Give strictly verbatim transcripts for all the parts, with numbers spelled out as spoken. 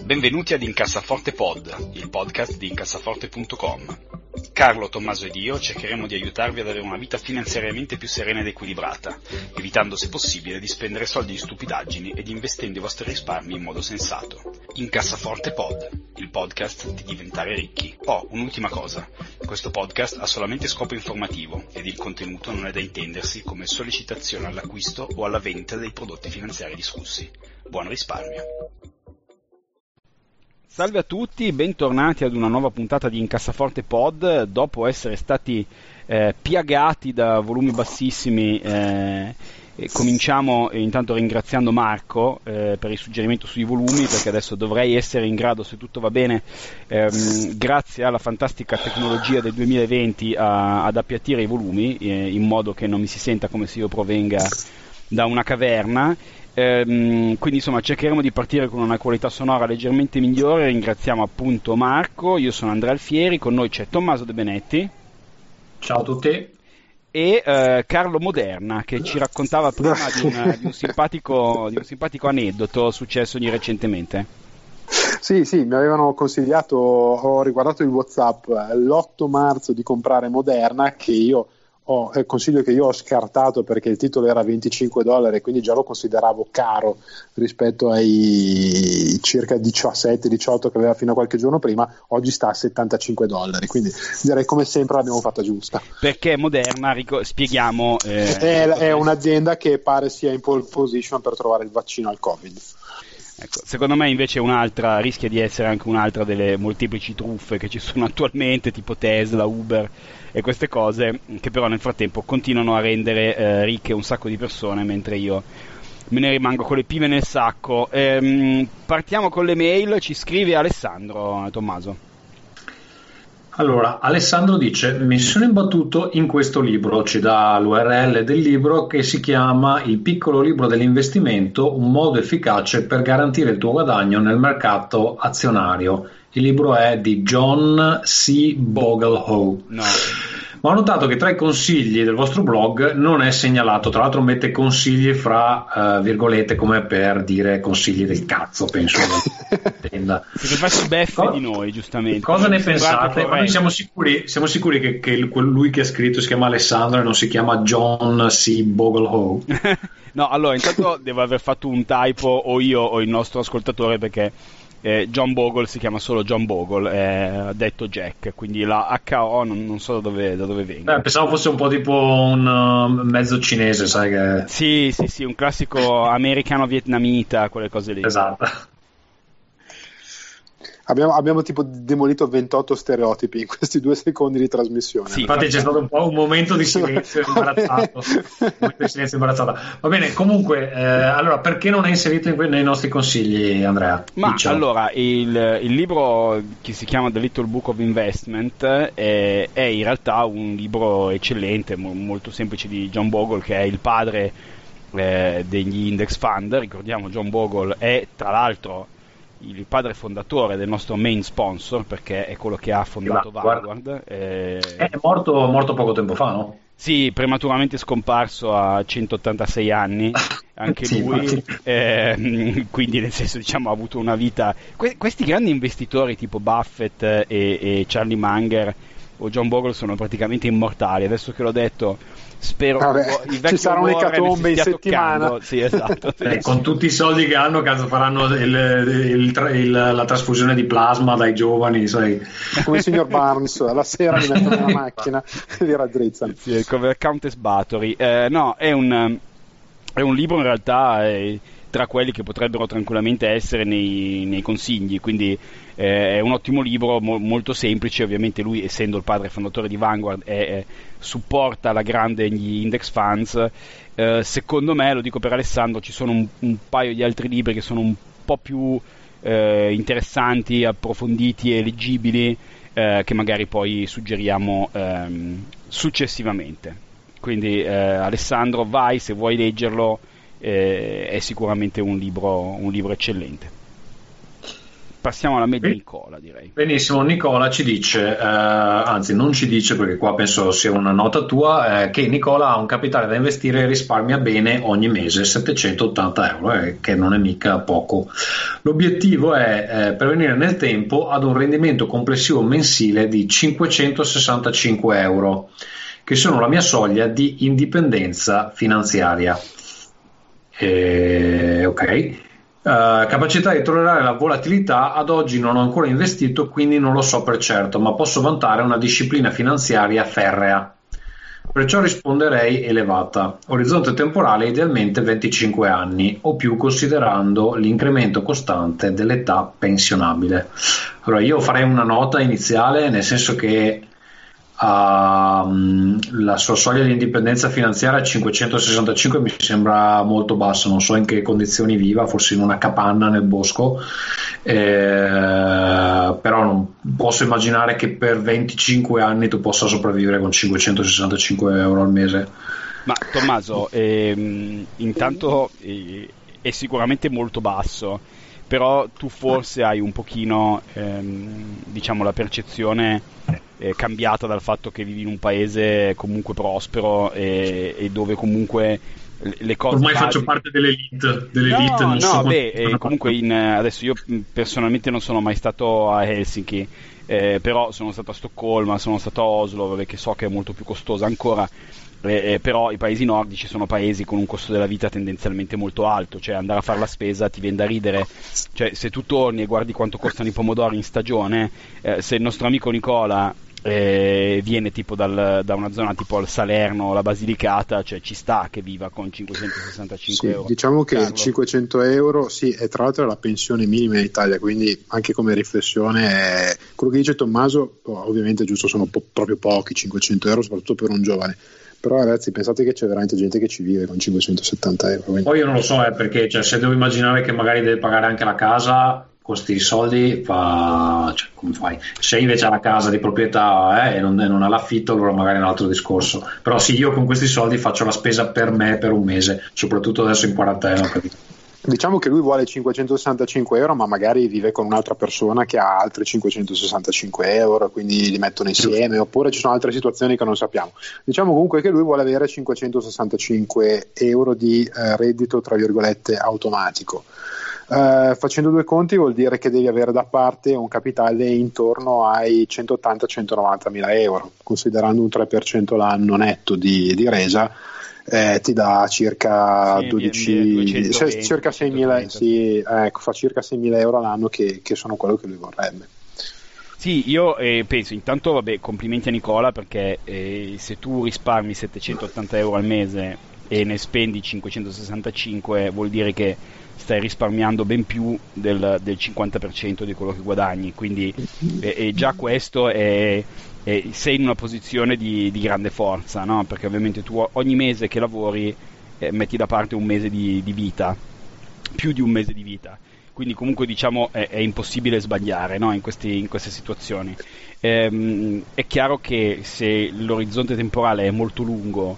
Benvenuti ad Incassaforte Pod, il podcast di incassaforte punto com. Carlo, Tommaso ed io cercheremo di aiutarvi ad avere una vita finanziariamente più serena ed equilibrata, evitando se possibile di spendere soldi in stupidaggini ed investendo i vostri risparmi in modo sensato. Incassaforte Pod, il podcast di diventare ricchi. Oh, un'ultima cosa, questo podcast ha solamente scopo informativo ed il contenuto non è da intendersi come sollecitazione all'acquisto o alla vendita dei prodotti finanziari discussi. Buon risparmio! Salve a tutti, bentornati ad una nuova puntata di Incassaforte Pod. Dopo essere stati eh, piagati da volumi bassissimi, eh, e cominciamo intanto ringraziando Marco eh, per il suggerimento sui volumi, perché adesso dovrei essere in grado, se tutto va bene, ehm, grazie alla fantastica tecnologia del duemilaventi, a, ad appiattire i volumi eh, in modo che non mi si senta come se io provenga da una caverna. Ehm, quindi insomma cercheremo di partire con una qualità sonora leggermente migliore. Ringraziamo appunto Marco. Io sono Andrea Alfieri, con noi c'è Tommaso De Benetti. Ciao a tutti. E eh, Carlo Moderna, che ci raccontava prima di, una, di, un simpatico, di un simpatico aneddoto successo di recentemente. Sì, sì, mi avevano consigliato, ho riguardato il WhatsApp l'otto marzo di comprare Moderna, che io Oh, è il consiglio che io ho scartato perché il titolo era venticinque dollari, quindi già lo consideravo caro rispetto ai circa diciassette diciotto che aveva fino a qualche giorno prima. Oggi sta a settantacinque dollari, quindi direi come sempre l'abbiamo fatta giusta. Perché Moderna, ric- spieghiamo eh, è, è un'azienda che pare sia in pole position per trovare il vaccino al Covid. Ecco, secondo me invece un'altra rischia di essere anche un'altra delle molteplici truffe che ci sono attualmente, tipo Tesla, Uber e queste cose, che però nel frattempo continuano a rendere eh, ricche un sacco di persone, mentre io me ne rimango con le pive nel sacco. Ehm, partiamo con le mail. Ci scrive Alessandro. Tommaso. Allora, Alessandro dice: mi sono imbattuto in questo libro, ci dà l'U R L del libro, che si chiama Il piccolo libro dell'investimento, un modo efficace per garantire il tuo guadagno nel mercato azionario. Il libro è di John C. Bogle. No. Ma ho notato che tra i consigli del vostro blog non è segnalato, tra l'altro mette consigli fra uh, virgolette, come per dire consigli del cazzo, penso. Perché faccio beffe Co- di noi, giustamente. Cosa non ne pensate? Ma noi siamo sicuri, siamo sicuri che, che lui che ha scritto si chiama Alessandro e non si chiama John C. Bogle? No, allora intanto devo aver fatto un typo o io o il nostro ascoltatore, perché Eh, John Bogle si chiama solo John Bogle, eh, detto Jack, quindi la H O non, non so da dove, da dove venga. Eh, pensavo fosse un po' tipo un uh, mezzo cinese, sai che... Sì, sì, sì, un classico americano-vietnamita, quelle cose lì. Esatto. Abbiamo, abbiamo tipo demolito ventotto stereotipi in questi due secondi di trasmissione. Sì, infatti c'è stato un po' un momento di silenzio imbarazzato. un momento di silenzio imbarazzato. Va bene, comunque, eh, allora perché non è inserito in que- nei nostri consigli, Andrea? Ma Diciamo. allora, il, il libro che si chiama The Little Book of Investment è, è in realtà un libro eccellente, mo- molto semplice, di John Bogle, che è il padre eh, degli index fund. Ricordiamo, John Bogle è tra l'altro il padre fondatore del nostro main sponsor, perché è quello che ha fondato Vanguard. Eh... È morto, morto poco tempo fa, no? Sì, prematuramente scomparso a centottantasei anni, anche sì, lui, eh, quindi nel senso, diciamo, ha avuto una vita... Que- questi grandi investitori tipo Buffett e, e Charlie Munger o John Bogle sono praticamente immortali. Adesso che l'ho detto, spero Vabbè, che il vecchio ci sarà un'ecatombe in settimana. Toccando. Sì, esatto. Eh, con tutti i soldi che hanno, cazzo, faranno il, il, il, la trasfusione di plasma dai giovani, sai. Come il signor Barnes, alla sera li mettono nella macchina e li raddrizzano. Sì, come Countess Bathory. Eh, no, è un, è un libro in realtà... È, tra quelli che potrebbero tranquillamente essere nei, nei consigli, quindi eh, è un ottimo libro, mo- molto semplice. Ovviamente lui, essendo il padre fondatore di Vanguard, è, è, supporta alla grande gli index funds. Eh, secondo me, lo dico per Alessandro, ci sono un, un paio di altri libri che sono un po' più eh, interessanti, approfonditi e leggibili, eh, che magari poi suggeriamo ehm, successivamente. Quindi eh, Alessandro, vai, se vuoi leggerlo. Eh, è sicuramente un libro, un libro eccellente. passiamo alla mail di Nicola, direi. Benissimo, Nicola ci dice, eh, anzi non ci dice perché qua penso sia una nota tua, eh, che Nicola ha un capitale da investire e risparmia bene ogni mese, settecentottanta euro, eh, che non è mica poco. L'obiettivo è eh, pervenire nel tempo ad un rendimento complessivo mensile di cinquecentosessantacinque euro, che sono la mia soglia di indipendenza finanziaria. Eh, ok. Uh, capacità di tollerare la volatilità, ad oggi non ho ancora investito, quindi non lo so per certo, ma posso vantare una disciplina finanziaria ferrea, perciò risponderei elevata. Orizzonte temporale idealmente venticinque anni o più, considerando l'incremento costante dell'età pensionabile. Allora io farei una nota iniziale, nel senso che Uh, la sua soglia di indipendenza finanziaria cinquecentosessantacinque mi sembra molto bassa, non so in che condizioni viva, forse in una capanna nel bosco, eh, però non posso immaginare che per venticinque anni tu possa sopravvivere con cinquecentosessantacinque euro al mese. Ma Tommaso, ehm, intanto eh, è sicuramente molto basso, però tu forse hai un pochino ehm, diciamo la percezione eh, cambiata dal fatto che vivi in un paese comunque prospero e, e dove comunque le cose ormai basiche... faccio parte dell'elite, dell'elite no, non no, so beh, eh, comunque in, adesso io personalmente non sono mai stato a Helsinki, eh, però sono stato a Stoccolma, sono stato a Oslo, vabbè, che so che è molto più costosa ancora. Eh, eh, però i paesi nordici sono paesi con un costo della vita tendenzialmente molto alto, cioè andare a fare la spesa ti viene da ridere, cioè se tu torni e guardi quanto costano i pomodori in stagione, eh, se il nostro amico Nicola eh, viene tipo dal, da una zona tipo il Salerno o la Basilicata, cioè ci sta che viva con cinquecentosessantacinque sì, euro. diciamo che Carlo. cinquecento euro sì, e tra l'altro è la pensione minima in Italia, quindi anche come riflessione è... quello che dice Tommaso ovviamente è giusto, sono po- proprio pochi cinquecento euro, soprattutto per un giovane. Però ragazzi, pensate che c'è veramente gente che ci vive con cinquecentosettanta euro. Quindi... Poi io non lo so, eh, perché cioè, se devo immaginare che magari deve pagare anche la casa, costi i soldi, fa... cioè, come fai? Se invece ha la casa di proprietà eh, e, non, e non ha l'affitto, allora magari è un altro discorso. Però sì, io con questi soldi faccio la spesa per me per un mese, soprattutto adesso in quarantena, capito? Diciamo che lui vuole cinquecentosessantacinque euro, ma magari vive con un'altra persona che ha altri cinquecentosessantacinque euro, quindi li mettono insieme, oppure ci sono altre situazioni che non sappiamo. Diciamo comunque che lui vuole avere cinquecentosessantacinque euro di eh, reddito tra virgolette automatico. Uh, facendo due conti vuol dire che devi avere da parte un capitale intorno ai centottanta centonovanta mila euro, considerando un tre per cento l'anno netto di, di resa. Eh, ti dà circa sì, dodici duecentoventi, circa seimila, sì, ecco, fa circa seimila euro all'anno, che, che sono quello che lui vorrebbe. Sì, io eh, penso intanto, vabbè, complimenti a Nicola, perché eh, se tu risparmi settecentottanta euro al mese e ne spendi cinquecentosessantacinque, vuol dire che stai risparmiando ben più del, del cinquanta per cento di quello che guadagni, quindi eh, eh, già questo è, è, sei in una posizione di, di grande forza, no? Perché ovviamente tu ogni mese che lavori eh, metti da parte un mese di, di vita, più di un mese di vita, quindi comunque diciamo è, è impossibile sbagliare, no? in, questi, in queste situazioni. Ehm, è chiaro che se l'orizzonte temporale è molto lungo,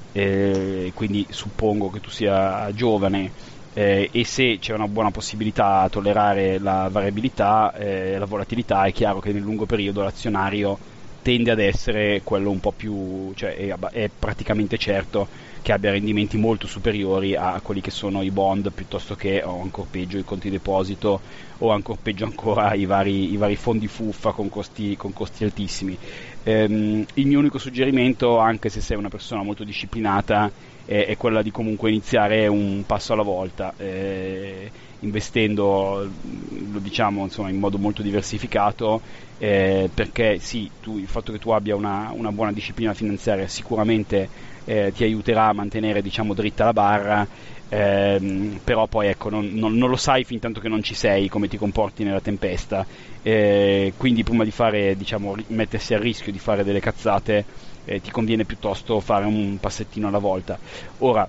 eh, quindi suppongo che tu sia giovane, Eh, e se c'è una buona possibilità a tollerare la variabilità, eh, la volatilità, è chiaro che nel lungo periodo l'azionario tende ad essere quello un po' più, cioè è, è praticamente certo che abbia rendimenti molto superiori a quelli che sono i bond, piuttosto che, o ancora peggio, i conti deposito, o ancora peggio ancora i vari, i vari fondi fuffa con costi, con costi altissimi. Ehm, il mio unico suggerimento, anche se sei una persona molto disciplinata, è, è quella di comunque iniziare un passo alla volta, eh, investendo, lo diciamo, insomma, in modo molto diversificato, eh, perché sì, tu, il fatto che tu abbia una, una buona disciplina finanziaria sicuramente eh, ti aiuterà a mantenere, diciamo, dritta la barra, ehm, però poi ecco, non, non, non lo sai fin tanto che non ci sei come ti comporti nella tempesta, eh, quindi prima di fare, diciamo, mettersi a rischio di fare delle cazzate, eh, ti conviene piuttosto fare un passettino alla volta. Ora,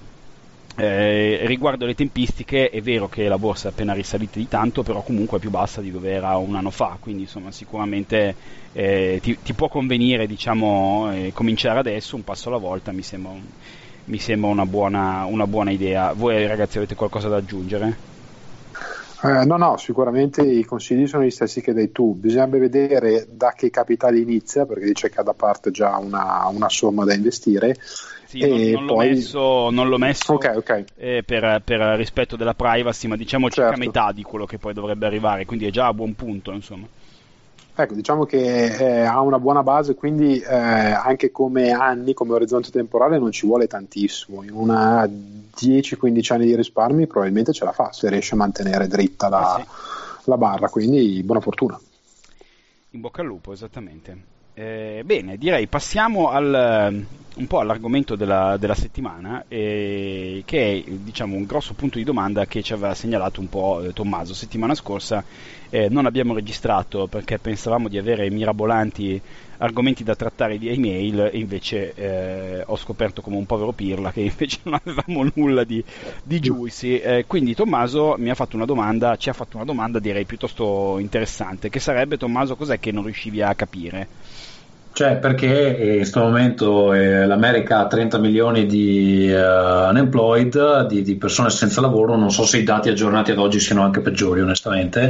Eh, riguardo le tempistiche, è vero che la borsa è appena risalita di tanto, però comunque è più bassa di dove era un anno fa, quindi insomma sicuramente eh, ti, ti può convenire, diciamo, eh, cominciare adesso un passo alla volta. Mi sembra, un, mi sembra una buona, una buona idea. Voi ragazzi avete qualcosa da aggiungere? Eh, no, no, sicuramente i consigli sono gli stessi che dai tu, bisognerebbe vedere da che capitale inizia, perché dice che ha da parte già una, una somma da investire. Sì, non, non, l'ho poi... messo, non l'ho messo okay, okay. Eh, per, per rispetto della privacy, ma diciamo circa certo. metà di quello che poi dovrebbe arrivare, quindi è già a buon punto, insomma. Ecco, diciamo che eh, ha una buona base, quindi eh, anche come anni, come orizzonte temporale non ci vuole tantissimo, in una dieci quindici anni di risparmi probabilmente ce la fa se riesce a mantenere dritta la, eh sì. la barra, quindi buona fortuna. In bocca al lupo, esattamente. Eh, bene, direi passiamo al, un po' all'argomento della, della settimana, eh, che è diciamo un grosso punto di domanda che ci aveva segnalato un po' eh, Tommaso. Settimana scorsa eh, non abbiamo registrato perché pensavamo di avere mirabolanti argomenti da trattare via email e invece eh, ho scoperto come un povero pirla che invece non avevamo nulla di, di juicy, eh, quindi Tommaso mi ha fatto una domanda, ci ha fatto una domanda direi piuttosto interessante, che sarebbe: Tommaso, cos'è che non riuscivi a capire? Cioè, perché in questo momento eh, l'America ha trenta milioni di uh, unemployed, di, di persone senza lavoro, non so se i dati aggiornati ad oggi siano anche peggiori onestamente,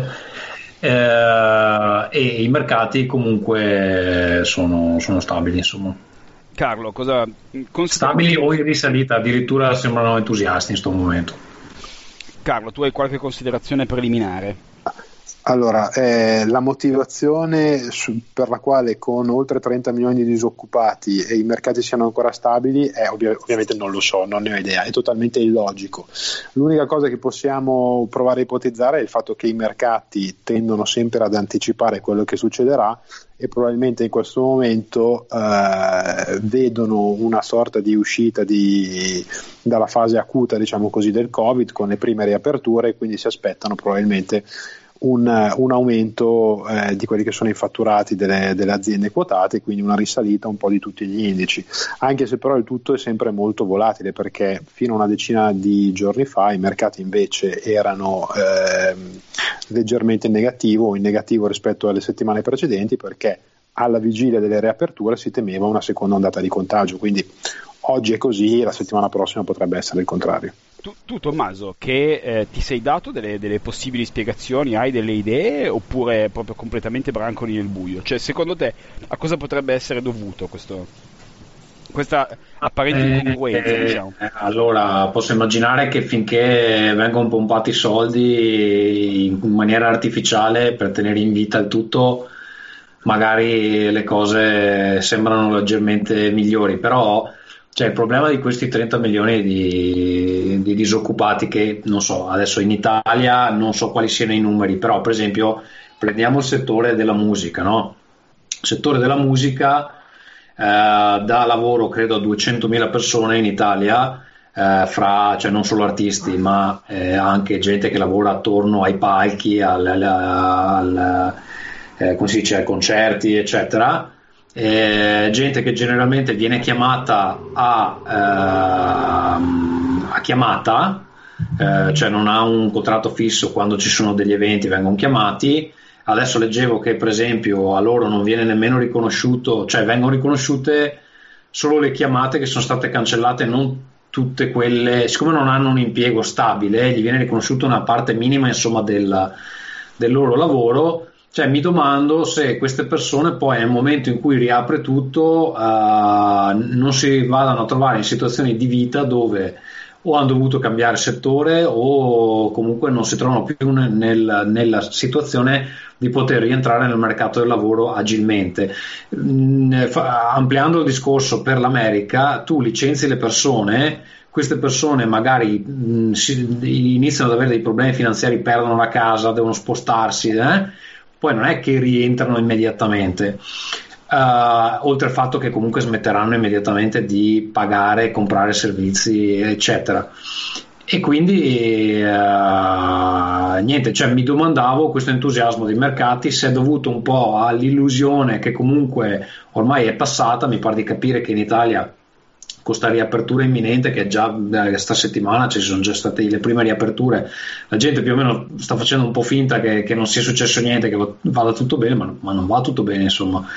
eh, e i mercati comunque sono, sono stabili, insomma. Carlo, cosa stabili o in risalita, addirittura sembrano entusiasti in questo momento. Carlo, tu hai qualche considerazione preliminare? Allora, eh, la motivazione su, per la quale con oltre trenta milioni di disoccupati e i mercati siano ancora stabili è ovvia, ovviamente non lo so, non ne ho idea, è totalmente illogico. L'unica cosa che possiamo provare a ipotizzare è il fatto che i mercati tendono sempre ad anticipare quello che succederà e probabilmente in questo momento eh, vedono una sorta di uscita di, dalla fase acuta, diciamo così, del Covid con le prime riaperture, e quindi si aspettano probabilmente Un, un aumento eh, di quelli che sono i fatturati delle, delle aziende quotate, quindi una risalita un po' di tutti gli indici, anche se però il tutto è sempre molto volatile, perché fino a una decina di giorni fa i mercati invece erano eh, leggermente in negativo o in negativo rispetto alle settimane precedenti, perché alla vigilia delle riaperture si temeva una seconda ondata di contagio, quindi oggi è così, la settimana prossima potrebbe essere il contrario. Tu, tu Tommaso, che eh, ti sei dato delle, delle possibili spiegazioni, hai delle idee oppure proprio completamente brancoli nel buio? Cioè, secondo te a cosa potrebbe essere dovuto questo, questa apparente eh, incongruenza? Eh, diciamo? allora, posso immaginare che finché vengono pompati soldi in maniera artificiale per tenere in vita il tutto, magari le cose sembrano leggermente migliori, però cioè, il problema di questi trenta milioni di, di disoccupati, che non so, adesso in Italia non so quali siano i numeri, però per esempio prendiamo il settore della musica, no? Il settore della musica eh, dà lavoro credo a duecentomila persone in Italia, eh, fra, cioè non solo artisti ma eh, anche gente che lavora attorno ai palchi, al, al, al, eh, come si dice, ai concerti eccetera. Eh, gente che generalmente viene chiamata a, eh, a chiamata, eh, cioè non ha un contratto fisso, quando ci sono degli eventi vengono chiamati. Adesso leggevo che per esempio a loro non viene nemmeno riconosciuto, cioè vengono riconosciute solo le chiamate che sono state cancellate, non tutte quelle, siccome non hanno un impiego stabile, gli viene riconosciuta una parte minima insomma del, del loro lavoro. Cioè, mi domando se queste persone poi nel momento in cui riapre tutto uh, non si vadano a trovare in situazioni di vita dove o hanno dovuto cambiare settore o comunque non si trovano più nel, nella situazione di poter rientrare nel mercato del lavoro agilmente. Mm, fa, ampliando il discorso per l'America, tu licenzi le persone, queste persone magari mh, si, iniziano ad avere dei problemi finanziari, perdono la casa, devono spostarsi, eh? Poi non è che rientrano immediatamente, uh, oltre al fatto che comunque smetteranno immediatamente di pagare, comprare servizi eccetera, e quindi uh, niente, cioè mi domandavo questo entusiasmo dei mercati se è dovuto un po' all'illusione che comunque ormai è passata. Mi pare di capire che in Italia questa riapertura imminente, che già questa settimana ci sono già state le prime riaperture, la gente più o meno sta facendo un po' finta che, che non sia successo niente, che vada tutto bene, ma, ma non va tutto bene, insomma.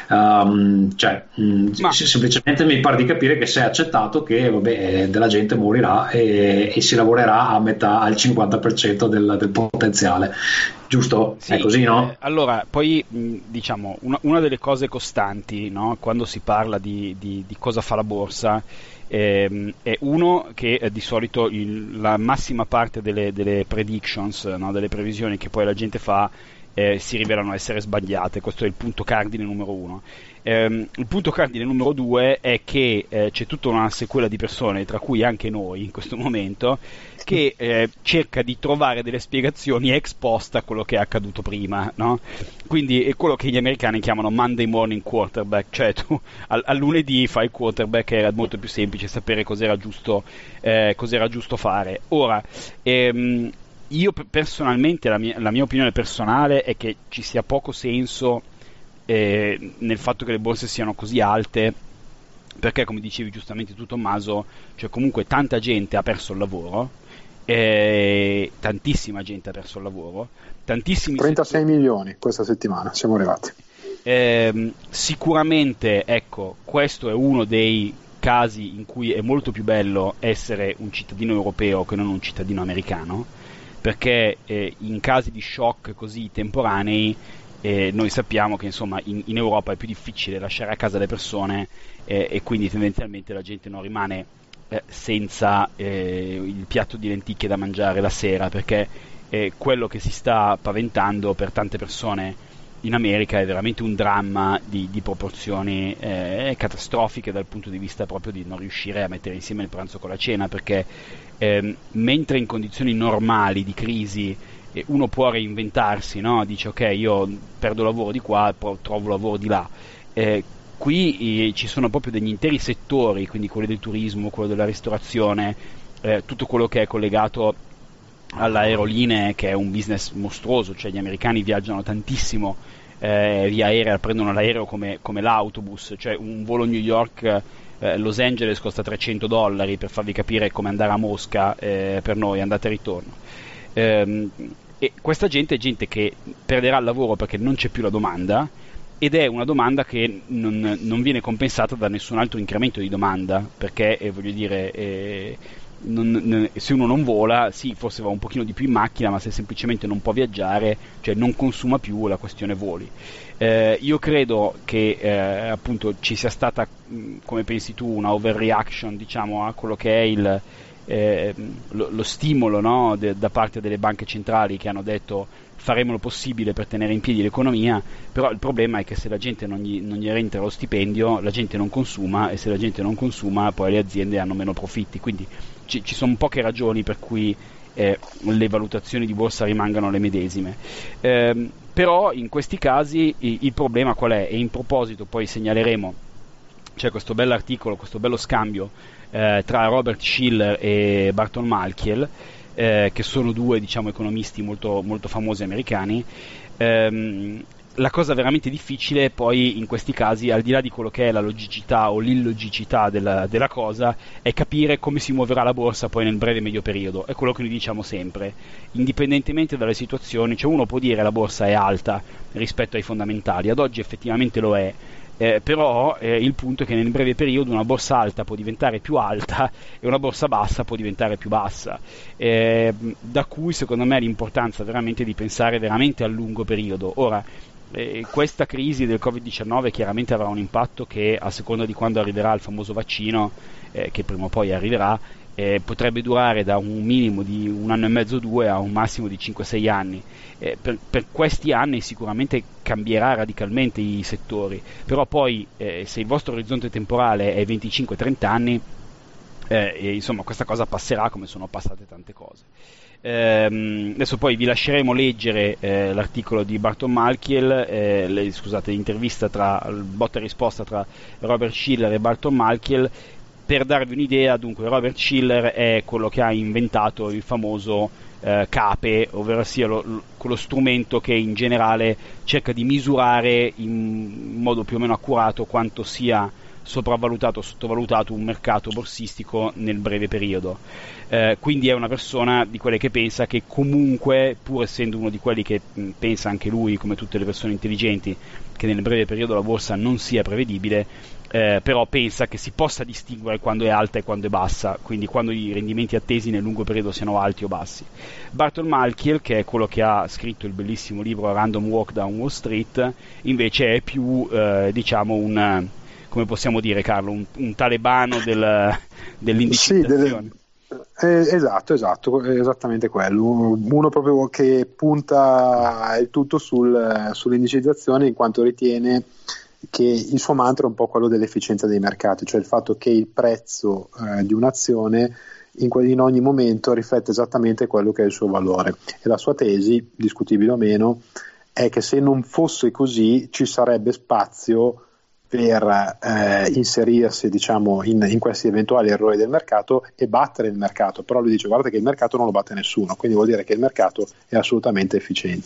Um, cioè, ma... semplicemente mi pare di capire che si è accettato che vabbè, della gente morirà e, e si lavorerà a metà, al cinquanta per cento del, del potenziale. Giusto? Sì, è così, no? Eh, allora, poi diciamo, una, una delle cose costanti, no, quando si parla di, di, di cosa fa la borsa, ehm, è uno che eh, di solito il, la massima parte delle, delle predictions, no, delle previsioni che poi la gente fa, eh, si rivelano essere sbagliate. Questo è il punto cardine numero uno. Eh, il punto cardine numero due è che eh, c'è tutta una sequela di persone, tra cui anche noi in questo momento, che eh, cerca di trovare delle spiegazioni ex post a quello che è accaduto prima, no? Quindi è quello che gli americani chiamano Monday morning quarterback, cioè tu al, al lunedì fai il quarterback, era molto più semplice sapere cos'era giusto, eh, cos'era giusto fare. Ora, ehm, io personalmente, la mia, la mia opinione personale è che ci sia poco senso eh, nel fatto che le borse siano così alte, perché come dicevi giustamente tu, Tommaso, cioè comunque tanta gente ha perso il lavoro, eh, tantissima gente ha perso il lavoro, tantissimi trentasei settori... milioni questa settimana siamo arrivati. Eh, sicuramente, ecco, questo è uno dei casi in cui è molto più bello essere un cittadino europeo che non un cittadino americano, perché eh, in casi di shock così temporanei eh, noi sappiamo che insomma in, in Europa è più difficile lasciare a casa le persone eh, e quindi tendenzialmente la gente non rimane eh, senza eh, il piatto di lenticchie da mangiare la sera, perché eh, quello che si sta paventando per tante persone in America è veramente un dramma di, di proporzioni eh, catastrofiche dal punto di vista proprio di non riuscire a mettere insieme il pranzo con la cena, perché eh, mentre in condizioni normali di crisi eh, uno può reinventarsi, no? Dice ok, io perdo lavoro di qua, trovo lavoro di là, eh, qui eh, ci sono proprio degli interi settori, quindi quello del turismo, quello della ristorazione, eh, tutto quello che è collegato all'aerolinee, che è un business mostruoso, cioè gli americani viaggiano tantissimo eh, via aerea, prendono l'aereo come, come l'autobus, cioè un volo New York eh, Los Angeles costa trecento dollari, per farvi capire come andare a Mosca eh, per noi, andata e ritorno. Ehm, e questa gente è gente che perderà il lavoro perché non c'è più la domanda, ed è una domanda che non, non viene compensata da nessun altro incremento di domanda, perché eh, voglio dire eh, Non, non, se uno non vola, sì, forse va un pochino di più in macchina, ma se semplicemente non può viaggiare, cioè non consuma più, la questione voli. Eh, io credo che eh, appunto ci sia stata, come pensi tu, una overreaction, diciamo, a quello che è il, eh, lo, lo stimolo, no, de, da parte delle banche centrali, che hanno detto faremo lo possibile per tenere in piedi l'economia, però il problema è che se la gente non gli, non gli rientra lo stipendio, la gente non consuma, e se la gente non consuma poi le aziende hanno meno profitti, quindi ci, ci sono poche ragioni per cui eh, le valutazioni di borsa rimangano le medesime. Eh, però in questi casi il, il problema qual è? E in proposito poi segnaleremo, c'è questo bell'articolo, questo bello scambio eh, tra Robert Shiller e Barton Malkiel, Eh, che sono due, diciamo, economisti molto, molto famosi americani. Ehm, la cosa veramente difficile poi in questi casi, al di là di quello che è la logicità o l'illogicità della, della cosa, è capire come si muoverà la borsa poi nel breve e medio periodo. È quello che noi diciamo sempre, indipendentemente dalle situazioni. Cioè uno può dire la borsa è alta rispetto ai fondamentali, ad oggi effettivamente lo è. Eh, però eh, il punto è che nel breve periodo una borsa alta può diventare più alta e una borsa bassa può diventare più bassa, eh, da cui secondo me l'importanza veramente di pensare veramente a lungo periodo. Ora, eh, questa crisi del covid diciannove chiaramente avrà un impatto che, a seconda di quando arriverà il famoso vaccino, eh, che prima o poi arriverà, eh, potrebbe durare da un minimo di un anno e mezzo, due, a un massimo di cinque sei anni. Eh, per, per questi anni sicuramente cambierà radicalmente i settori, però poi eh, se il vostro orizzonte temporale è venticinque trenta anni, eh, e, insomma questa cosa passerà, come sono passate tante cose. Ehm, adesso poi vi lasceremo leggere eh, l'articolo di Barton Malkiel, eh, le, scusate, l'intervista tra botta e risposta tra Robert Shiller e Barton Malkiel. Per darvi un'idea, dunque, Robert Shiller è quello che ha inventato il famoso eh, CAPE, ovvero sia lo, lo, quello strumento che in generale cerca di misurare in modo più o meno accurato quanto sia sopravvalutato o sottovalutato un mercato borsistico nel breve periodo. Eh, quindi è una persona di quelle che pensa che comunque, pur essendo uno di quelli che mh, pensa anche lui, come tutte le persone intelligenti, che nel breve periodo la borsa non sia prevedibile, eh, però pensa che si possa distinguere quando è alta e quando è bassa, quindi quando i rendimenti attesi nel lungo periodo siano alti o bassi. Barton Malkiel, che è quello che ha scritto il bellissimo libro Random Walk Down Wall Street, invece è più eh, diciamo un, come possiamo dire, Carlo, un, un talebano del, dell'indicizzazione. Sì, delle... Eh, esatto, esatto, esattamente quello. Uno proprio che punta il tutto sul, sull'indicizzazione, in quanto ritiene che il suo mantra è un po' quello dell'efficienza dei mercati, cioè il fatto che il prezzo eh, di un'azione in, que- in ogni momento riflette esattamente quello che è il suo valore. E la sua tesi, discutibile o meno, è che se non fosse così ci sarebbe spazio per eh, inserirsi, diciamo, in, in questi eventuali errori del mercato e battere il mercato. Però lui dice: guarda che il mercato non lo batte nessuno, quindi vuol dire che il mercato è assolutamente efficiente.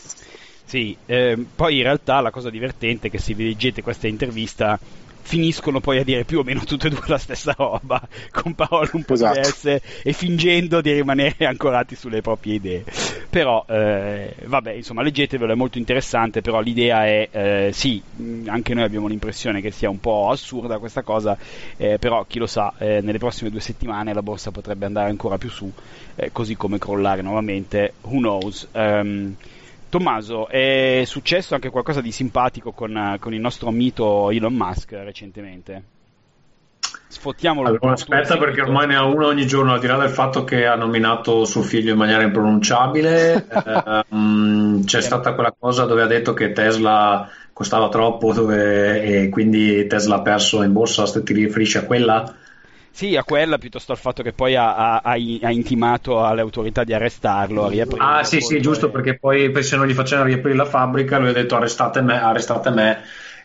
Sì, eh, poi in realtà la cosa divertente è che se vi leggete questa intervista finiscono poi a dire più o meno tutte e due la stessa roba, con parole un po' esatto. diverse e fingendo di rimanere ancorati sulle proprie idee. Però eh, vabbè, insomma, leggetevelo, è molto interessante, però l'idea è eh, sì, anche noi abbiamo l'impressione che sia un po' assurda questa cosa, eh, però chi lo sa, eh, nelle prossime due settimane la borsa potrebbe andare ancora più su, eh, così come crollare nuovamente, who knows. Um, Tommaso, è successo anche qualcosa di simpatico con, con il nostro mito Elon Musk recentemente? Sfottiamolo. Allora, aspetta, perché ormai ne ha uno ogni giorno, al di là del fatto che ha nominato suo figlio in maniera impronunciabile. eh, mh, c'è stata quella cosa dove ha detto che Tesla costava troppo, dove, e quindi Tesla ha perso in borsa. Se ti riferisci a quella? Sì, a quella, piuttosto al fatto che poi ha, ha, ha intimato alle autorità di arrestarlo, a riaprire. Ah sì sì, giusto, e... perché poi se non gli facevano riaprire la fabbrica lui ha detto arrestate me, arrestate me,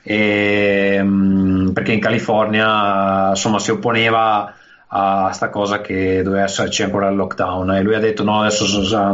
e, mh, perché in California insomma si opponeva a sta cosa che doveva esserci ancora il lockdown, e lui ha detto no, adesso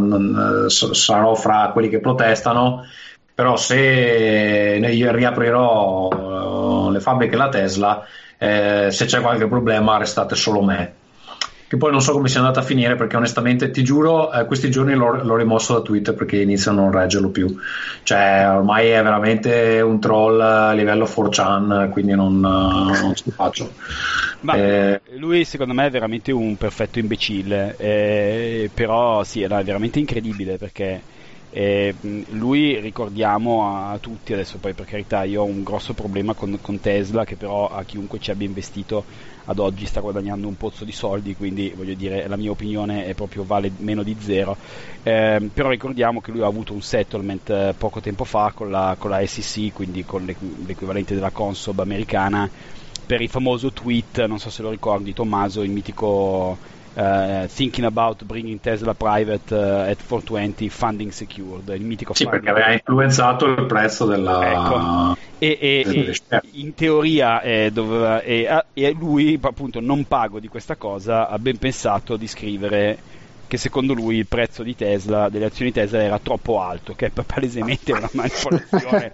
sarò fra quelli che protestano, però se io riaprirò le fabbriche la Tesla, Eh, se c'è qualche problema arrestate solo me. Che poi non so come sia andata a finire, perché onestamente ti giuro eh, questi giorni l'ho, l'ho rimosso da Twitter perché inizio a non reggerlo più, cioè ormai è veramente un troll a livello four chan, quindi non, non ce la faccio. Ma eh, lui secondo me è veramente un perfetto imbecille, eh, però sì, era veramente incredibile, perché Eh, lui, ricordiamo a tutti, adesso poi per carità io ho un grosso problema con, con Tesla, che però a chiunque ci abbia investito ad oggi sta guadagnando un pozzo di soldi, quindi voglio dire, la mia opinione è proprio vale meno di zero, eh, però ricordiamo che lui ha avuto un settlement eh, poco tempo fa con la, con la S E C, quindi con l'equ- l'equivalente della Consob americana, per il famoso tweet, non so se lo ricordi Tommaso, il mitico Uh, thinking about bringing Tesla private uh, at four twenty, funding secured, il mitico sì, funding. Perché aveva influenzato il prezzo della ecco. e, e, e in teoria eh, doveva, e, e lui appunto, non pago di questa cosa, ha ben pensato di scrivere che secondo lui il prezzo di Tesla, delle azioni Tesla, era troppo alto, che è palesemente una manipolazione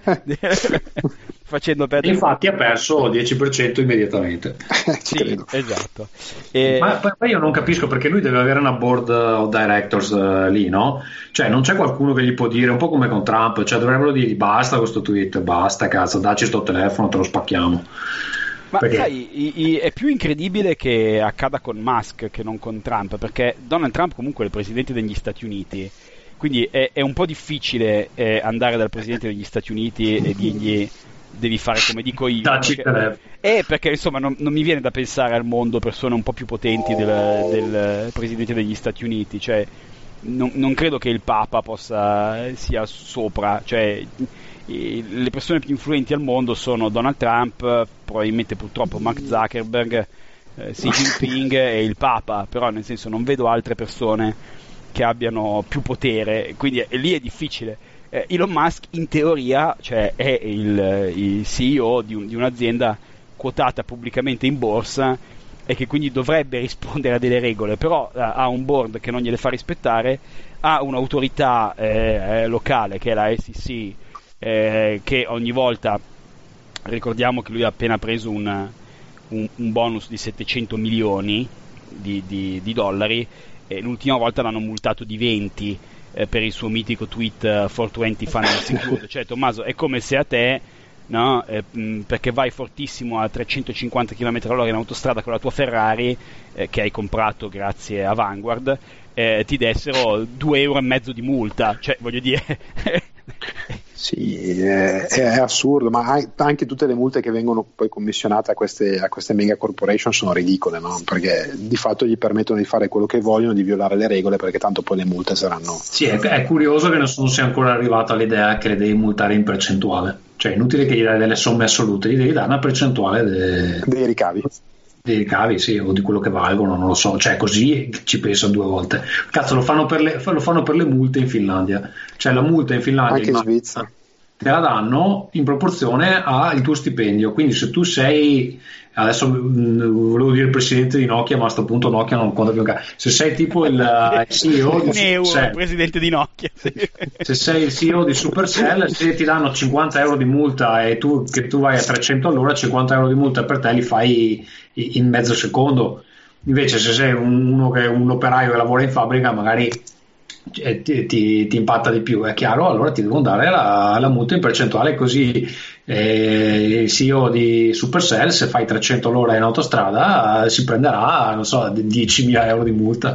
facendo perdere. Infatti ha perso il dieci per cento immediatamente. Sì, esatto. E... Ma poi io non capisco, perché lui deve avere una board of directors uh, lì, no? Cioè non c'è qualcuno che gli può dire, un po' come con Trump, cioè dovrebbero dirgli basta questo tweet, basta cazzo, dacci sto telefono, te lo spacchiamo. Ma perché? sai, i, i, è più incredibile che accada con Musk che non con Trump, perché Donald Trump comunque è il presidente degli Stati Uniti, quindi è, è un po' difficile eh, andare dal presidente degli Stati Uniti e dirgli devi fare come dico io, perché, eh, perché insomma non, non mi viene da pensare al mondo persone un po' più potenti del, del presidente degli Stati Uniti, cioè non, non credo che il Papa possa sia sopra, cioè le persone più influenti al mondo sono Donald Trump, probabilmente purtroppo Mark Zuckerberg, eh, Xi Jinping e il Papa, però nel senso non vedo altre persone che abbiano più potere, quindi è, lì è difficile. eh, Elon Musk in teoria, cioè, è il, il C E O di, un, di un'azienda quotata pubblicamente in borsa e che quindi dovrebbe rispondere a delle regole, però eh, ha un board che non gliele fa rispettare, ha un'autorità eh, locale che è la S E C, Eh, che ogni volta, ricordiamo che lui ha appena preso un, un, un bonus di settecento milioni di, di, di dollari, e l'ultima volta l'hanno multato di venti eh, per il suo mitico tweet uh, quattrocentoventi financing good. Cioè, Tommaso, è come se a te, no, eh, mh, perché vai fortissimo a trecentocinquanta chilometri all'ora in autostrada con la tua Ferrari eh, che hai comprato grazie a Vanguard, eh, ti dessero due euro e mezzo di multa. Cioè, voglio dire sì, è, è assurdo, ma anche tutte le multe che vengono poi commissionate a queste, a queste mega corporation sono ridicole, no? Perché di fatto gli permettono di fare quello che vogliono, di violare le regole, perché tanto poi le multe saranno... Sì, è, è curioso che nessuno sia ancora arrivato all'idea che le devi multare in percentuale, cioè è inutile che gli dai delle somme assolute, gli devi dare una percentuale de... dei ricavi. dei ricavi, sì, o di quello che valgono, non lo so, cioè così ci pensano due volte. Cazzo, lo fanno per le, lo fanno per le multe in Finlandia, cioè la multa in Finlandia anche in Svizzera te la danno in proporzione al tuo stipendio, quindi se tu sei, adesso mh, volevo dire il presidente di Nokia, ma a sto punto Nokia non conta più un cazzo, se sei tipo il, il C E O un di euro, Supercell, il presidente di Nokia, sì. Se sei il C E O di Supercell, se ti danno cinquanta euro di multa e tu che tu vai a trecento all'ora, cinquanta euro di multa per te li fai in mezzo secondo. Invece se sei uno che un operaio che lavora in fabbrica, magari ti, ti, ti impatta di più, è chiaro, allora ti devono dare la, la multa in percentuale, così eh, il C E O di Supercell, se fai trecento all'ora in autostrada, si prenderà, non so, diecimila euro di multa.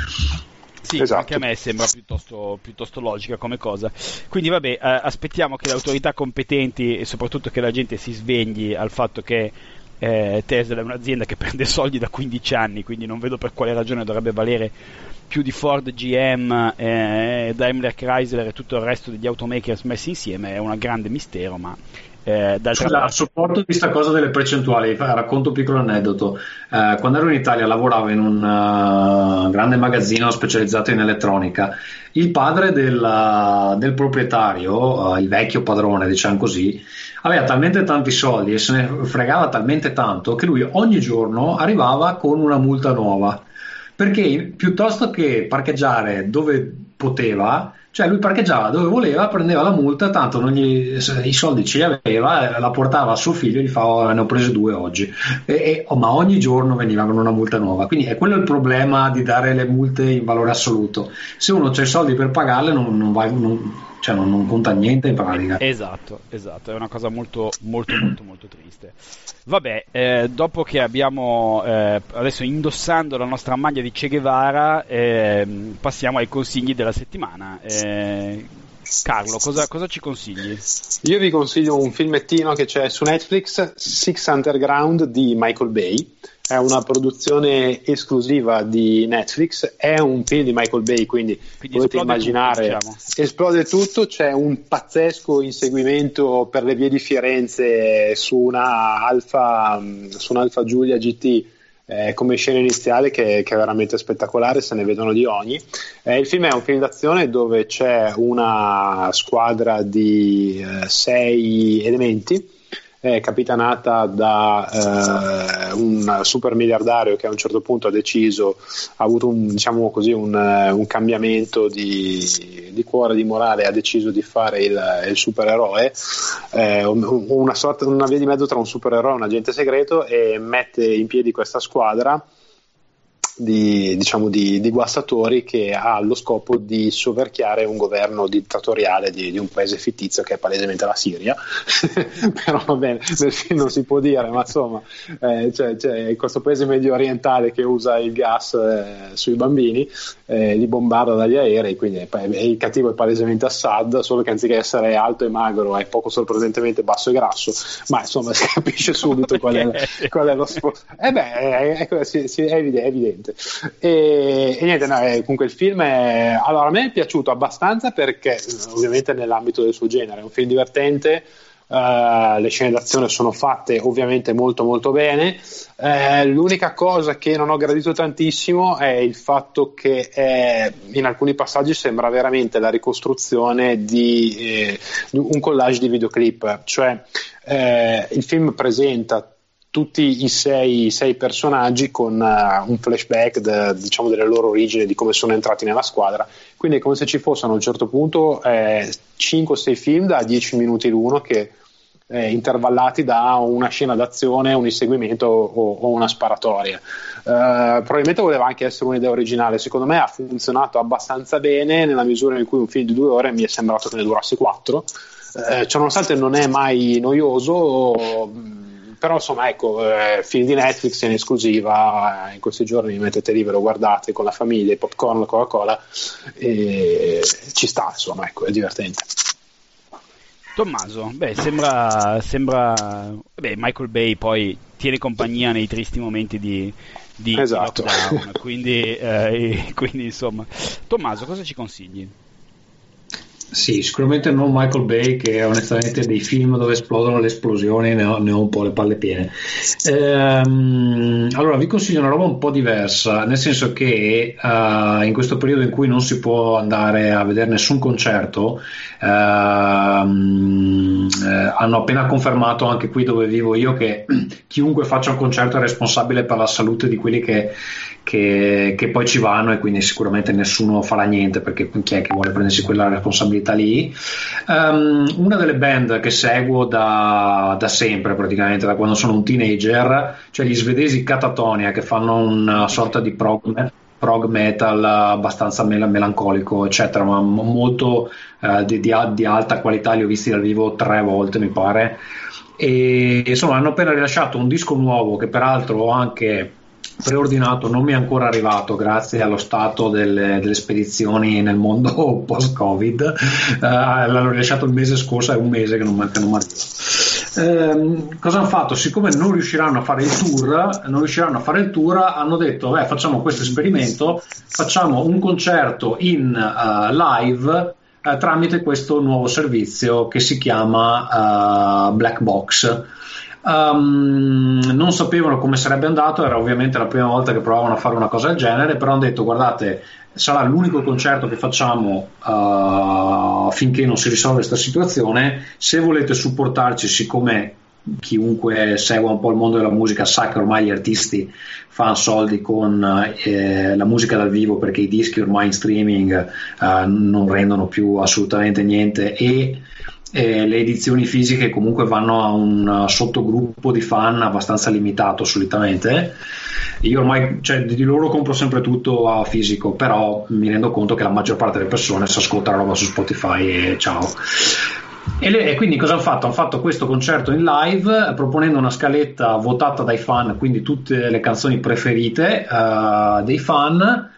Sì, esatto. Anche a me sembra piuttosto, piuttosto logica come cosa. Quindi vabbè, eh, aspettiamo che le autorità competenti e soprattutto che la gente si svegli al fatto che eh, Tesla è un'azienda che prende soldi da quindici anni, quindi non vedo per quale ragione dovrebbe valere più di Ford, G M, eh, Daimler Chrysler e tutto il resto degli automakers messi insieme. È un grande mistero, ma eh, Scusa, a supporto di questa cosa delle percentuali, racconto un piccolo aneddoto. Eh, quando ero in Italia lavoravo in un uh, grande magazzino specializzato in elettronica. Il padre del, del proprietario, uh, il vecchio padrone, diciamo così, aveva talmente tanti soldi e se ne fregava talmente tanto che lui ogni giorno arrivava con una multa nuova, perché piuttosto che parcheggiare dove poteva, cioè lui parcheggiava dove voleva, prendeva la multa, tanto non gli, i soldi ce li aveva, la portava a suo figlio e gli fa: oh, ne ho prese due oggi, e, e, oh, ma ogni giorno veniva con una multa nuova. Quindi è quello il problema di dare le multe in valore assoluto: se uno c'ha i soldi per pagarle non, non, va, non, cioè non, non conta niente in pratica. Esatto, esatto, è una cosa molto molto molto molto triste. Vabbè, eh, dopo che abbiamo eh, adesso indossando la nostra maglia di Che Guevara, eh, passiamo ai consigli della settimana. Eh, Carlo, cosa, cosa ci consigli? Io vi consiglio un filmettino che c'è su Netflix, Six Underground di Michael Bay. È una produzione esclusiva di Netflix, è un film di Michael Bay, quindi, quindi potete immaginare, tutto, diciamo. Esplode tutto, c'è un pazzesco inseguimento per le vie di Firenze su una Alfa, su un Alfa Giulia G T, eh, come scena iniziale che, che è veramente spettacolare, se ne vedono di ogni. Eh, il film è un film d'azione dove c'è una squadra di eh, sei elementi, è capitanata da eh, un super miliardario che a un certo punto ha deciso, ha avuto un, diciamo così, un, un cambiamento di, di cuore, di morale, ha deciso di fare il, il supereroe, eh, una, sorta, una via di mezzo tra un supereroe e un agente segreto, e mette in piedi questa squadra di, diciamo di, di guastatori che ha lo scopo di soverchiare un governo dittatoriale di, di un paese fittizio che è palesemente la Siria. Però va bene, nel film non si può dire, ma insomma eh, c'è, c'è questo paese medio orientale che usa il gas eh, sui bambini, eh, li bombarda dagli aerei, quindi è, è, il cattivo è palesemente Assad, solo che anziché essere alto e magro è poco sorprendentemente basso e grasso, ma insomma si capisce subito qual è, qual è lo sfondo. Eh beh, è, è, è, è evidente. E, e niente, no, eh, comunque il film è, allora a me è piaciuto abbastanza perché ovviamente nell'ambito del suo genere è un film divertente, uh, le scene d'azione sono fatte ovviamente molto molto bene, uh, l'unica cosa che non ho gradito tantissimo è il fatto che eh, in alcuni passaggi sembra veramente la ricostruzione di eh, un collage di videoclip, cioè eh, il film presenta tutti i sei, sei personaggi con uh, un flashback de, diciamo delle loro origini, di come sono entrati nella squadra, quindi è come se ci fossero a un certo punto eh, cinque o sei film da dieci minuti l'uno che eh, intervallati da una scena d'azione, un inseguimento o, o una sparatoria. Uh, probabilmente voleva anche essere un'idea originale. Secondo me ha funzionato abbastanza bene, nella misura in cui un film di due ore mi è sembrato che ne durasse quattro, uh, cioè nonostante non è mai noioso, però insomma ecco, eh, film di Netflix in esclusiva, eh, in questi giorni vi mettete lì, ve lo guardate con la famiglia, i popcorn, la Coca-Cola, e ci sta, insomma ecco, è divertente. Tommaso, beh, sembra, sembra beh, Michael Bay poi tiene compagnia nei tristi momenti di, di, esatto. di lockdown, quindi, eh, quindi insomma, Tommaso, cosa ci consigli? Sì, sicuramente non Michael Bay, che onestamente dei film dove esplodono le esplosioni ne ho, ne ho un po' le palle piene. Ehm, allora vi consiglio una roba un po' diversa, nel senso che uh, in questo periodo in cui non si può andare a vedere nessun concerto, ehm, eh, hanno appena confermato anche qui dove vivo io che chiunque faccia un concerto è responsabile per la salute di quelli che Che, che poi ci vanno, e quindi sicuramente nessuno farà niente, perché chi è che vuole prendersi quella responsabilità lì. Um, una delle band che seguo da, da sempre, praticamente da quando sono un teenager, cioè gli svedesi Katatonia, che fanno una sorta di prog, prog metal abbastanza mel- melancolico eccetera, ma molto uh, di, di, di alta qualità. Li ho visti dal vivo tre volte mi pare, e insomma hanno appena rilasciato un disco nuovo che peraltro ho anche preordinato, non mi è ancora arrivato grazie allo stato delle, delle spedizioni nel mondo post-Covid. Uh, l'hanno rilasciato il mese scorso, è un mese che non manca, non arriva. Uh, cosa hanno fatto? Siccome non riusciranno a fare il tour, non riusciranno a fare il tour, hanno detto beh, facciamo questo esperimento, facciamo un concerto in uh, live uh, tramite questo nuovo servizio che si chiama uh, Black Box. Um, non sapevano come sarebbe andato, era ovviamente la prima volta che provavano a fare una cosa del genere, però hanno detto guardate, sarà l'unico concerto che facciamo uh, finché non si risolve questa situazione. Se volete supportarci, siccome chiunque segua un po' il mondo della musica sa che ormai gli artisti fanno soldi con eh, la musica dal vivo, perché i dischi ormai in streaming uh, non rendono più assolutamente niente, e E le edizioni fisiche comunque vanno a un sottogruppo di fan abbastanza limitato solitamente. Io ormai, cioè, di loro compro sempre tutto a fisico, però mi rendo conto che la maggior parte delle persone si ascolta la roba su Spotify e ciao. E, le, e quindi cosa hanno fatto? Hanno fatto questo concerto in live proponendo una scaletta votata dai fan, quindi tutte le canzoni preferite uh, dei fan.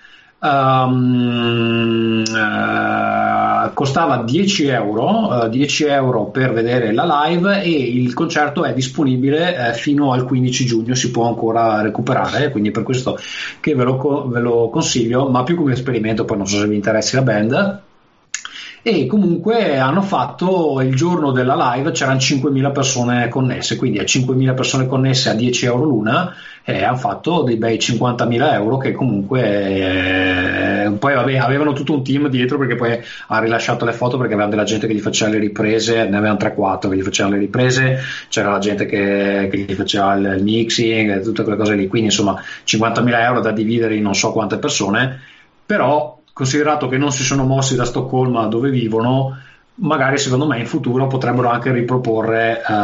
Um, uh, costava dieci euro, uh, dieci euro per vedere la live, e il concerto è disponibile uh, fino al quindici giugno, si può ancora recuperare, quindi per questo che ve lo, ve lo consiglio, ma più come esperimento, poi non so se vi interessi la band. E comunque hanno fatto il giorno della live, c'erano cinquemila persone connesse, quindi a cinquemila persone connesse a dieci euro l'una, e hanno fatto dei bei cinquantamila euro, che comunque eh, poi vabbè, avevano tutto un team dietro, perché poi ha rilasciato le foto, perché avevano della gente che gli faceva le riprese, ne avevano tre quattro che gli facevano le riprese, c'era la gente che, che gli faceva il, il mixing e tutte quelle cose lì, quindi insomma cinquantamila euro da dividere in non so quante persone. Però considerato che non si sono mossi da Stoccolma dove vivono, magari secondo me in futuro potrebbero anche riproporre uh,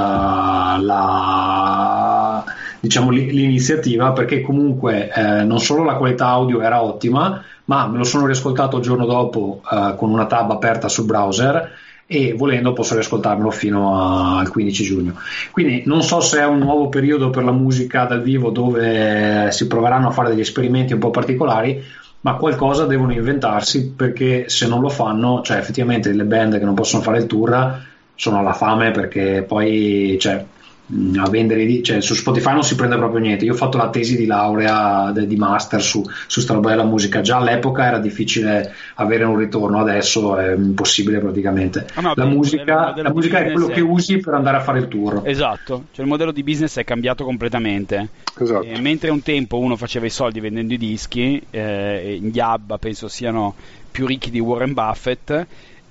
la, diciamo, l'iniziativa, perché comunque eh, non solo la qualità audio era ottima, ma me lo sono riascoltato il giorno dopo uh, con una tab aperta sul browser, e volendo posso riascoltarmelo fino a, al quindici giugno. Quindi non so se è un nuovo periodo per la musica dal vivo dove si proveranno a fare degli esperimenti un po' particolari, ma qualcosa devono inventarsi, perché se non lo fanno, cioè effettivamente le band che non possono fare il tour sono alla fame, perché poi cioè, a vendere, cioè, su Spotify non si prende proprio niente. Io ho fatto la tesi di laurea de, di master su, su sta roba della musica, già all'epoca era difficile avere un ritorno, adesso è impossibile praticamente. Ah, no, la musica, la musica è quello è... che usi per andare a fare il tour. Esatto, cioè il modello di business è cambiato completamente. Esatto. E mentre un tempo uno faceva i soldi vendendo i dischi, eh, gli ABBA penso siano più ricchi di Warren Buffett,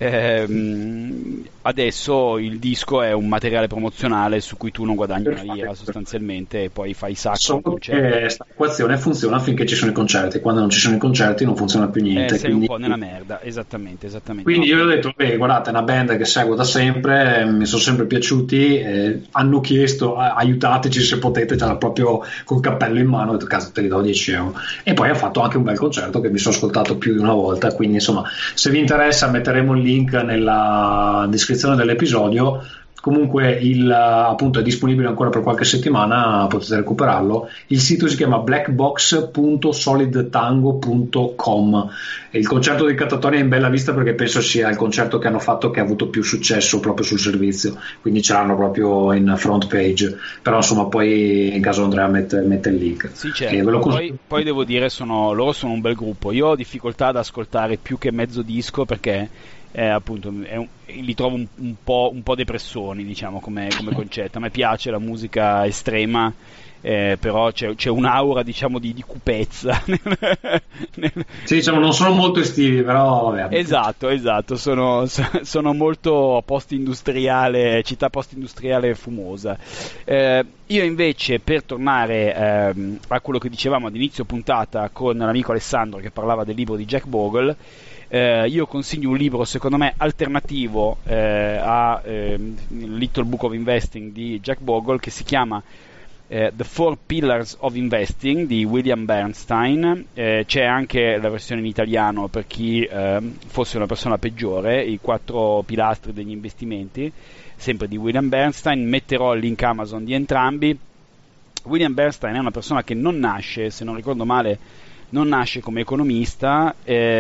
ehm, adesso il disco è un materiale promozionale su cui tu non guadagni una lira sostanzialmente e poi fai sacco. Solo che questa equazione funziona finché ci sono i concerti, quando non ci sono i concerti non funziona più niente. Eh, sei quindi... un po' nella merda, esattamente, esattamente. Quindi no. io ho detto, beh, guardate, è una band che seguo da sempre, mi sono sempre piaciuti, eh, hanno chiesto aiutateci se potete, c'era proprio col cappello in mano, ho detto cazzo te li do dieci euro. E poi ha fatto anche un bel concerto che mi sono ascoltato più di una volta, quindi insomma se vi interessa metteremo il link nella descrizione dell'episodio. Comunque il, appunto, è disponibile ancora per qualche settimana, potete recuperarlo. Il sito si chiama blackbox punto solid tango punto com e il concerto dei Catatonia è in bella vista perché penso sia il concerto che hanno fatto che ha avuto più successo proprio sul servizio, quindi ce l'hanno proprio in front page, però insomma poi in caso Andrea mette, mette il link. Sì, certo. Ve lo poi, poi devo dire sono, loro sono un bel gruppo. Io ho difficoltà ad ascoltare più che mezzo disco perché Eh, appunto è un, li trovo un, un, po', un po' depressoni, diciamo, come, come concetto. A me piace la musica estrema, eh, però c'è, c'è un'aura, diciamo, di, di cupezza nel, nel... Sì, diciamo, non sono molto estivi, però vabbè. Esatto, esatto, sono, sono molto post-industriale, città post-industriale fumosa. Eh, io invece, per tornare eh, a quello che dicevamo ad inizio puntata con l'amico Alessandro che parlava del libro di Jack Bogle, Eh, io consiglio un libro secondo me alternativo eh, a eh, Little Book of Investing di Jack Bogle che si chiama eh, The Four Pillars of Investing di William Bernstein. Eh, c'è anche la versione in italiano per chi eh, fosse una persona peggiore, i quattro pilastri degli investimenti, sempre di William Bernstein. Metterò il link Amazon di entrambi. William Bernstein è una persona che non nasce, se non ricordo male, non nasce come economista,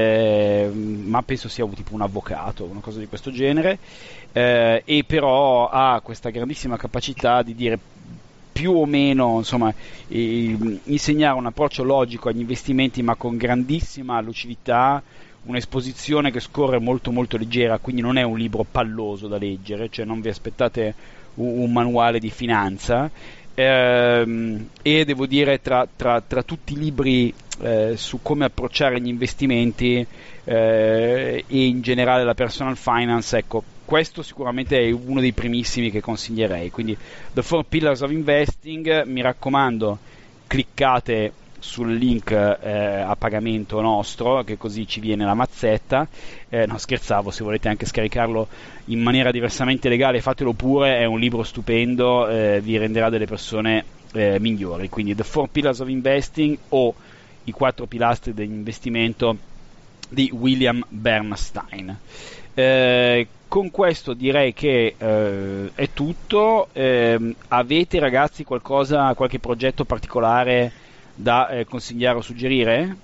eh, ma penso sia tipo un avvocato, una cosa di questo genere, eh, e però ha questa grandissima capacità di dire più o meno, insomma, eh, insegnare un approccio logico agli investimenti, ma con grandissima lucidità, un'esposizione che scorre molto molto leggera, quindi non è un libro palloso da leggere, cioè non vi aspettate un, un manuale di finanza. Eh, e devo dire tra, tra, tra tutti i libri eh, su come approcciare gli investimenti eh, e in generale la personal finance, ecco, questo sicuramente è uno dei primissimi che consiglierei. Quindi The Four Pillars of Investing, mi raccomando, cliccate sul link eh, a pagamento nostro, che così ci viene la mazzetta. Eh, no, scherzavo, se volete anche scaricarlo in maniera diversamente legale fatelo pure, è un libro stupendo, eh, vi renderà delle persone eh, migliori. Quindi The Four Pillars of Investing o I quattro pilastri dell'investimento di William Bernstein. Eh, con questo direi che eh, è tutto. Eh, avete ragazzi qualcosa, qualche progetto particolare da eh, consigliare o suggerire?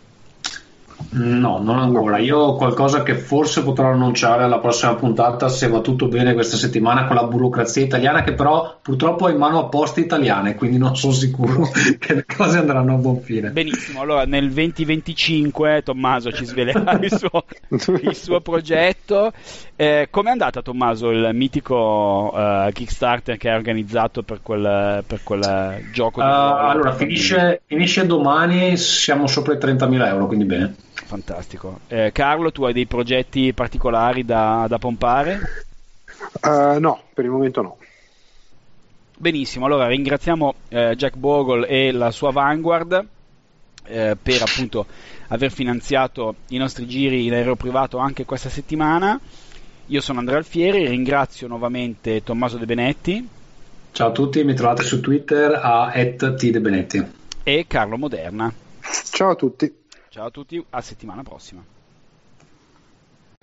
No, non ancora. Io ho qualcosa che forse potrò annunciare alla prossima puntata se va tutto bene questa settimana con la burocrazia italiana, che però purtroppo è in mano a poste italiane, quindi non sono sicuro che le cose andranno a buon fine. Benissimo, allora nel venti venticinque Tommaso ci svelerà il suo, il suo progetto. Eh, com'è andata, Tommaso, il mitico uh, Kickstarter che hai organizzato per quel, per quel gioco? Di uh, allora finisce, finisce domani, siamo sopra i trentamila euro, quindi bene. Fantastico. Eh, Carlo, tu hai dei progetti particolari da, da pompare? Uh, no, per il momento no. Benissimo, allora ringraziamo eh, Jack Bogle e la sua Vanguard eh, per appunto aver finanziato i nostri giri in aereo privato anche questa settimana. Io sono Andrea Alfieri, ringrazio nuovamente Tommaso De Benetti. Ciao a tutti, mi trovate su Twitter a at t de benetti e Carlo Moderna. Ciao a tutti. Ciao a tutti, a settimana prossima.